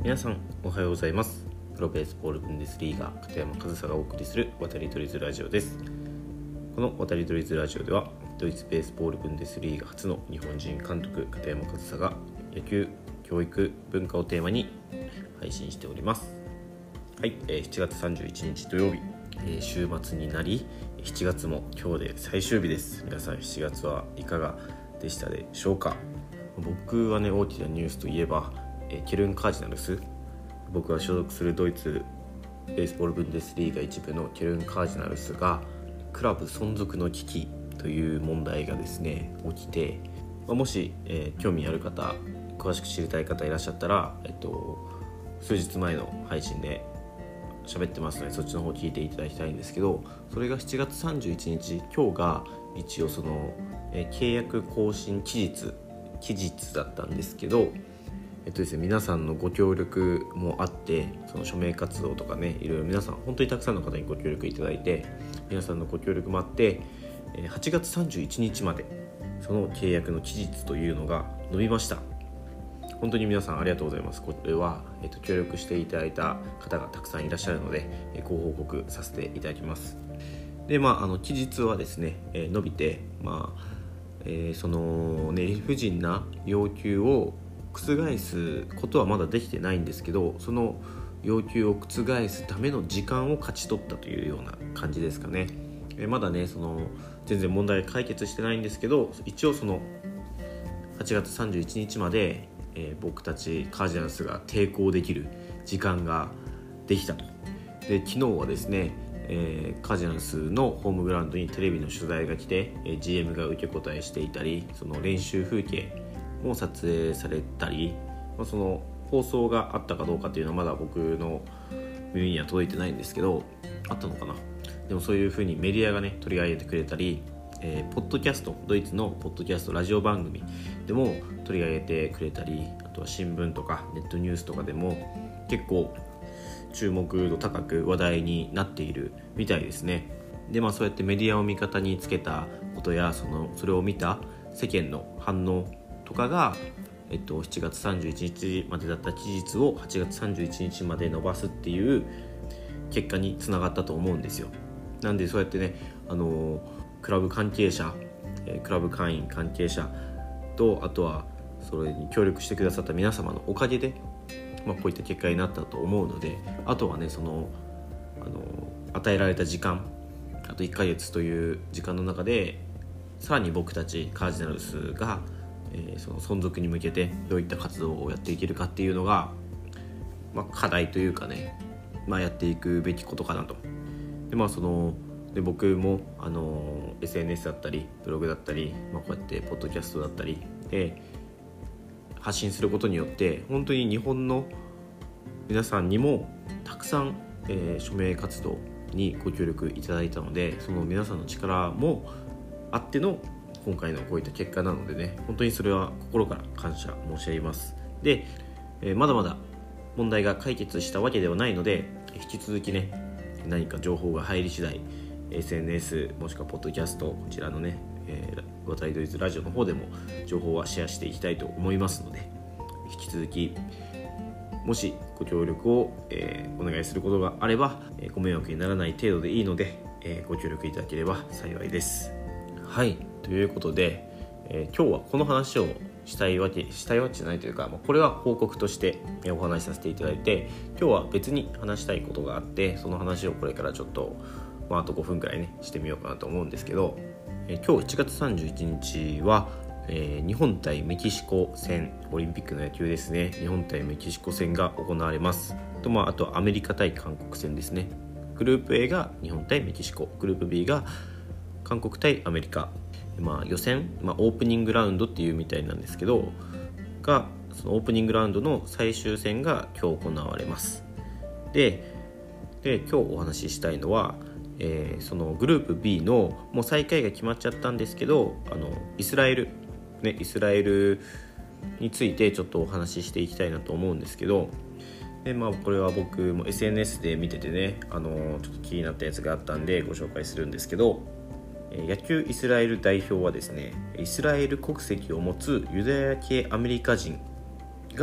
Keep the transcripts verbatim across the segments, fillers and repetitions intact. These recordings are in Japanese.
皆さんおはようございます。プロベースボールブンデスリーガ片山和沙がお送りする渡り鳥ズラジオです。この渡り鳥ズラジオではドイツベースボールブンデスリーガ初の日本人監督片山和沙が野球、教育、文化をテーマに配信しております。はい、えー、しちがつさんじゅういちにち土曜日、えー、週末になりしちがつも今日で最終日です。皆さんしちがつはいかがでしたでしょうか。僕はね、大きなニュースといえばケルンカージナルス、僕が所属するドイツベースボールブンデスリーガ一部のケルンカージナルスがクラブ存続の危機という問題がですね起きて、もし、えー、興味ある方、詳しく知りたい方いらっしゃったら、えっと、数日前の配信で喋ってますのでそっちの方聞いていただきたいんですけど、それがしちがつさんじゅういちにち、今日が一応その、えー、契約更新期日期日だったんですけど、えっとですね、皆さんのご協力もあって、その署名活動とかね、いろいろ皆さん本当にたくさんの方にご協力いただいて、皆さんのご協力もあってはちがつさんじゅういちにちまでその契約の期日というのが伸びました。本当に皆さんありがとうございます。これは、えっと、協力していただいた方がたくさんいらっしゃるので、えご報告させていただきます。で、まあ、あの期日はですね、えー、伸びて、まあえー、その、ね、理不尽な要求を覆すことはまだできてないんですけど、その要求を覆すための時間を勝ち取ったというような感じですかね。えまだね、その全然問題解決してないんですけど、一応そのはちがつさんじゅういちにちまで、えー、僕たちカージナルスが抵抗できる時間ができたと。で、昨日はですね、えー、カージナルスのホームグラウンドにテレビの取材が来て、えー、ジーエム が受け答えしていたり、その練習風景も撮影されたり、まあ、その放送があったかどうかっていうのはまだ僕の耳には届いてないんですけど、あったのかな。でもそういう風にメディアがね取り上げてくれたり、えー、ポッドキャスト、ドイツのポッドキャストラジオ番組でも取り上げてくれたり、あとは新聞とかネットニュースとかでも結構注目度高く話題になっているみたいですね。で、まあそうやってメディアを味方につけたことや、そのそれを見た世間の反応とかが、えっと、しちがつさんじゅういちにちまでだった期日をはちがつさんじゅういちにちまで伸ばすっていう結果につながったと思うんですよ。なんでそうやってね、あのクラブ関係者、えー、クラブ会員関係者と、あとはそれに協力してくださった皆様のおかげで、まあ、こういった結果になったと思うので、あとはね、その、あの与えられた時間、あといっかげつという時間の中でさらに僕たちカージナルスがえー、その存続に向けてどういった活動をやっていけるかっていうのが、まあ、課題というかね、まあ、やっていくべきことかなと。で、まあ、そので僕もあの エスエヌエス だったりブログだったり、まあ、こうやってポッドキャストだったりで発信することによって、本当に日本の皆さんにもたくさん、えー、署名活動にご協力いただいたので、その皆さんの力もあっての今回のこういった結果なのでね、本当にそれは心から感謝申し上げます。で、えー、まだまだ問題が解決したわけではないので、引き続きね、何か情報が入り次第 エスエヌエス もしくはポッドキャスト、こちらのね、えー、渡りドイツラジオの方でも情報はシェアしていきたいと思いますので、引き続きもしご協力を、えー、お願いすることがあれば、えー、ご迷惑にならない程度でいいので、えー、ご協力いただければ幸いです。はい、ということで、えー、今日はこの話をしたいわけしたいわけじゃないというか、まあ、これは報告としてお話しさせていただいて、今日は別に話したいことがあって、その話をこれからちょっと、まあ、あとごふんくらいねしてみようかなと思うんですけど、えー、今日いちがつさんじゅういちにちは、えー、日本対メキシコ戦、オリンピックの野球ですね。日本対メキシコ戦が行われます。と、まあ、あとアメリカ対韓国戦ですね。グループ A が日本対メキシコ、グループ B が韓国対アメリカ、まあ、予選、まあ、オープニングラウンドっていうみたいなんですけどが、そのオープニングラウンドの最終戦が今日行われます。で、で今日お話ししたいのは、えー、そのグループ B のもう最下位が決まっちゃったんですけど、あのイスラエル、ね、イスラエルについてちょっとお話ししていきたいなと思うんですけど、で、まあ、これは僕も エスエヌエス で見ててね、あのちょっと気になったやつがあったんでご紹介するんですけど、野球イスラエル代表はですね、イスラエル国籍を持つユダヤ系アメリカ人が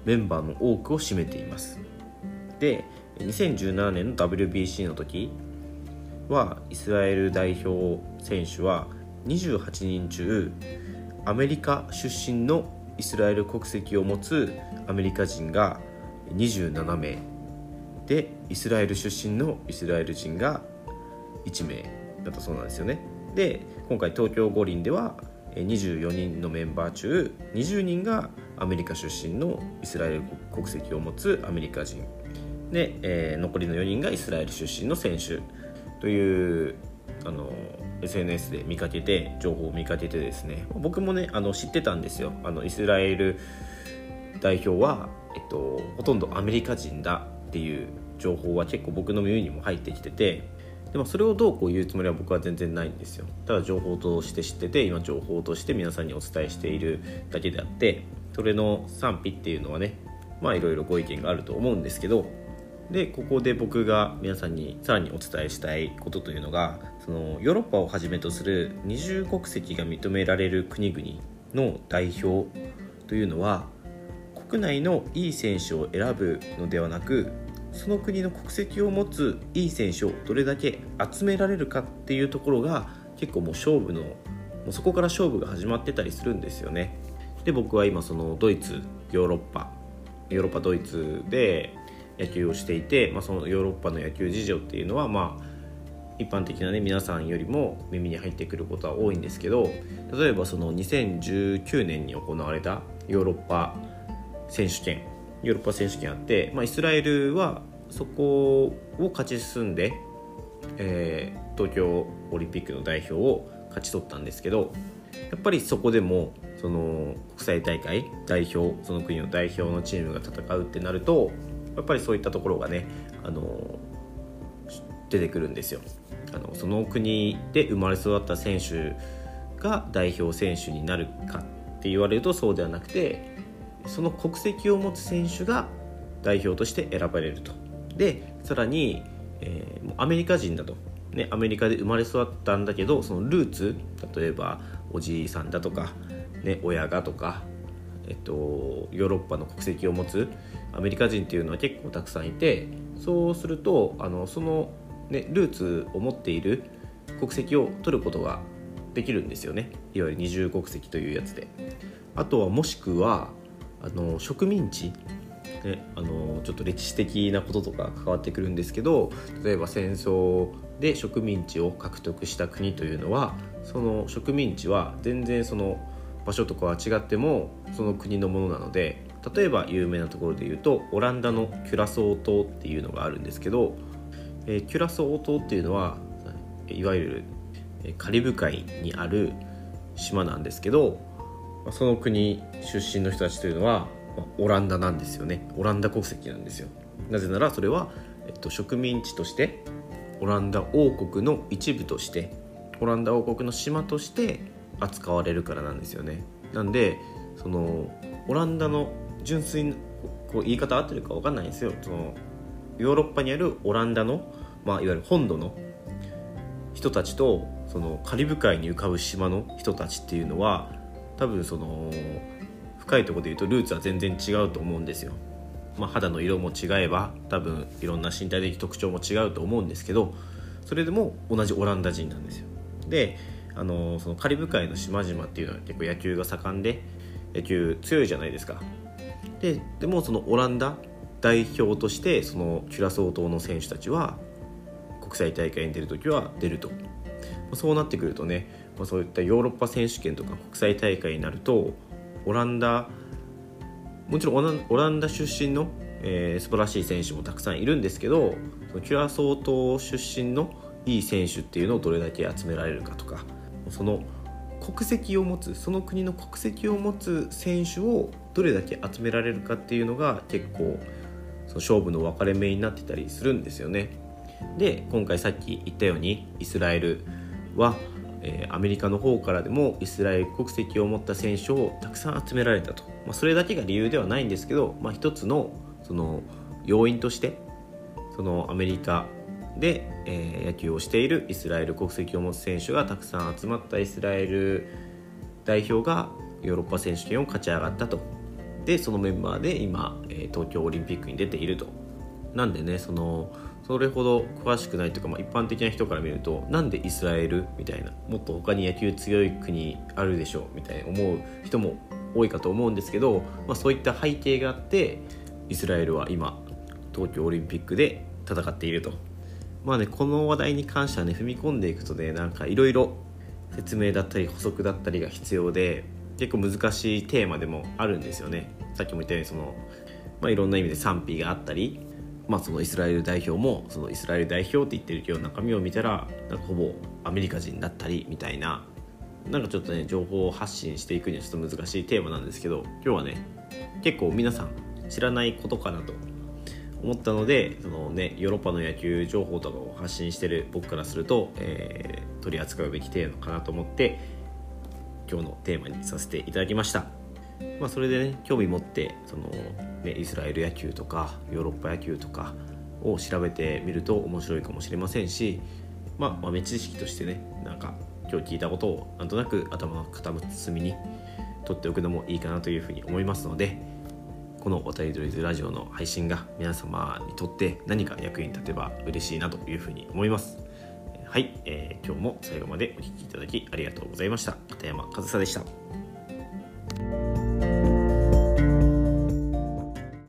メンバーの多くを占めています。でにせんじゅうななねんの ダブリュービーシー の時はイスラエル代表選手はにじゅうはちにん中アメリカ出身のイスラエル国籍を持つアメリカ人がにじゅうななめいで、イスラエル出身のイスラエル人がいちめいだったそうなんですよね。で今回東京五輪ではにじゅうよにんのメンバー中にじゅうにんがアメリカ出身のイスラエル国籍を持つアメリカ人で、えー、残りのよにんがイスラエル出身の選手というあの エスエヌエス で見かけて情報を見かけてですね、僕もねあの知ってたんですよ。あのイスラエル代表は、えっと、ほとんどアメリカ人だっていう情報は結構僕の耳にも入ってきてて、でもそれをどうこう言うつもりは僕は全然ないんですよ。ただ情報として知ってて、今情報として皆さんにお伝えしているだけであって、それの賛否っていうのはね、まあいろいろご意見があると思うんですけど、でここで僕が皆さんにさらにお伝えしたいことというのが、そのヨーロッパをはじめとする二重国籍が認められる国々の代表というのは、国内のいい選手を選ぶのではなく、その国の国籍を持ついい選手をどれだけ集められるかっていうところが結構もう勝負のもうそこから勝負が始まってたりするんですよね。で僕は今そのドイツ、ヨーロッパヨーロッパドイツで野球をしていて、まあ、そのヨーロッパの野球事情っていうのはまあ一般的なね皆さんよりも耳に入ってくることは多いんですけど、例えばそのにせんじゅうきゅうねんに行われたヨーロッパ選手権ヨーロッパ選手権あって、まあ、イスラエルはそこを勝ち進んで、えー、東京オリンピックの代表を勝ち取ったんですけど、やっぱりそこでもその国際大会代表その国の代表のチームが戦うってなると、やっぱりそういったところがねあの出てくるんですよ。あのその国で生まれ育った選手が代表選手になるかって言われるとそうではなくて、その国籍を持つ選手が代表として選ばれると。でさらに、えー、アメリカ人だと、ね、アメリカで生まれ育ったんだけど、そのルーツ、例えばおじいさんだとか、ね、親がとか、えっと、ヨーロッパの国籍を持つアメリカ人っていうのは結構たくさんいて、そうするとあのその、ね、ルーツを持っている国籍を取ることができるんですよね。いわゆる二重国籍というやつで。あとはもしくはあの植民地、ね、あのちょっと歴史的なこととか関わってくるんですけど、例えば戦争で植民地を獲得した国というのは、その植民地は全然その場所とかは違ってもその国のものなので、例えば有名なところで言うとオランダのキュラソー島っていうのがあるんですけど、えー、キュラソー島っていうのはいわゆるカリブ海にある島なんですけど、その国出身の人たちというのはオランダなんですよね。オランダ国籍なんですよ。なぜならそれは、えっと、植民地としてオランダ王国の一部としてオランダ王国の島として扱われるからなんですよね。なんでそのオランダの純粋なこう言い方合ってるか分かんないんですよ。そのヨーロッパにあるオランダの、まあ、いわゆる本土の人たちとそのカリブ海に浮かぶ島の人たちっていうのは多分その深いところで言うとルーツは全然違うと思うんですよ。まあ、肌の色も違えば多分いろんな身体的特徴も違うと思うんですけど、それでも同じオランダ人なんですよ。であのそのカリブ海の島々っていうのは結構野球が盛んで野球強いじゃないですか。で, でもそのオランダ代表としてそのキュラソー島の選手たちは国際大会に出るときは出ると。そうなってくるとね、まあ、そういったヨーロッパ選手権とか国際大会になるとオランダもちろんオランダ出身の、えー、素晴らしい選手もたくさんいるんですけど、そのキュラソー島出身のいい選手っていうのをどれだけ集められるかとか、その国籍を持つその国の国籍を持つ選手をどれだけ集められるかっていうのが結構その勝負の分かれ目になってたりするんですよね。で今回さっき言ったようにイスラエルは、えー、アメリカの方からでもイスラエル国籍を持った選手をたくさん集められたと、まあ、それだけが理由ではないんですけど、まあ、一つのその要因としてそのアメリカで、えー、野球をしているイスラエル国籍を持つ選手がたくさん集まったイスラエル代表がヨーロッパ選手権を勝ち上がったとでそのメンバーで今、えー、東京オリンピックに出ていると。なんでねそのそれほど詳しくないというか、まあ、一般的な人から見るとなんでイスラエルみたいな、もっと他に野球強い国あるでしょうみたいな思う人も多いかと思うんですけど、まあ、そういった背景があってイスラエルは今東京オリンピックで戦っていると。まあねこの話題に関してはね踏み込んでいくとねなんかいろいろ説明だったり補足だったりが必要で結構難しいテーマでもあるんですよね。さっきも言ったようにその、まあ、いろんな意味で賛否があったり、まあ、そのイスラエル代表もそのイスラエル代表って言ってるけど中身を見たらなんかほぼアメリカ人だったりみたいな、なんかちょっとね情報を発信していくにはちょっと難しいテーマなんですけど、今日はね結構皆さん知らないことかなと思ったので、そのねヨーロッパの野球情報とかを発信してる僕からすると、えー、取り扱うべきテーマかなと思って今日のテーマにさせていただきました。まあ、それでね興味持ってその、ね、イスラエル野球とかヨーロッパ野球とかを調べてみると面白いかもしれませんし、まあ、豆知識としてねなんか今日聞いたことをなんとなく頭の片隅に取っておくのもいいかなというふうに思いますので、この渡り鳥ズラジオの配信が皆様にとって何か役に立てば嬉しいなというふうに思います。はい、えー、今日も最後までお聞きいただきありがとうございました。片山和沙でした。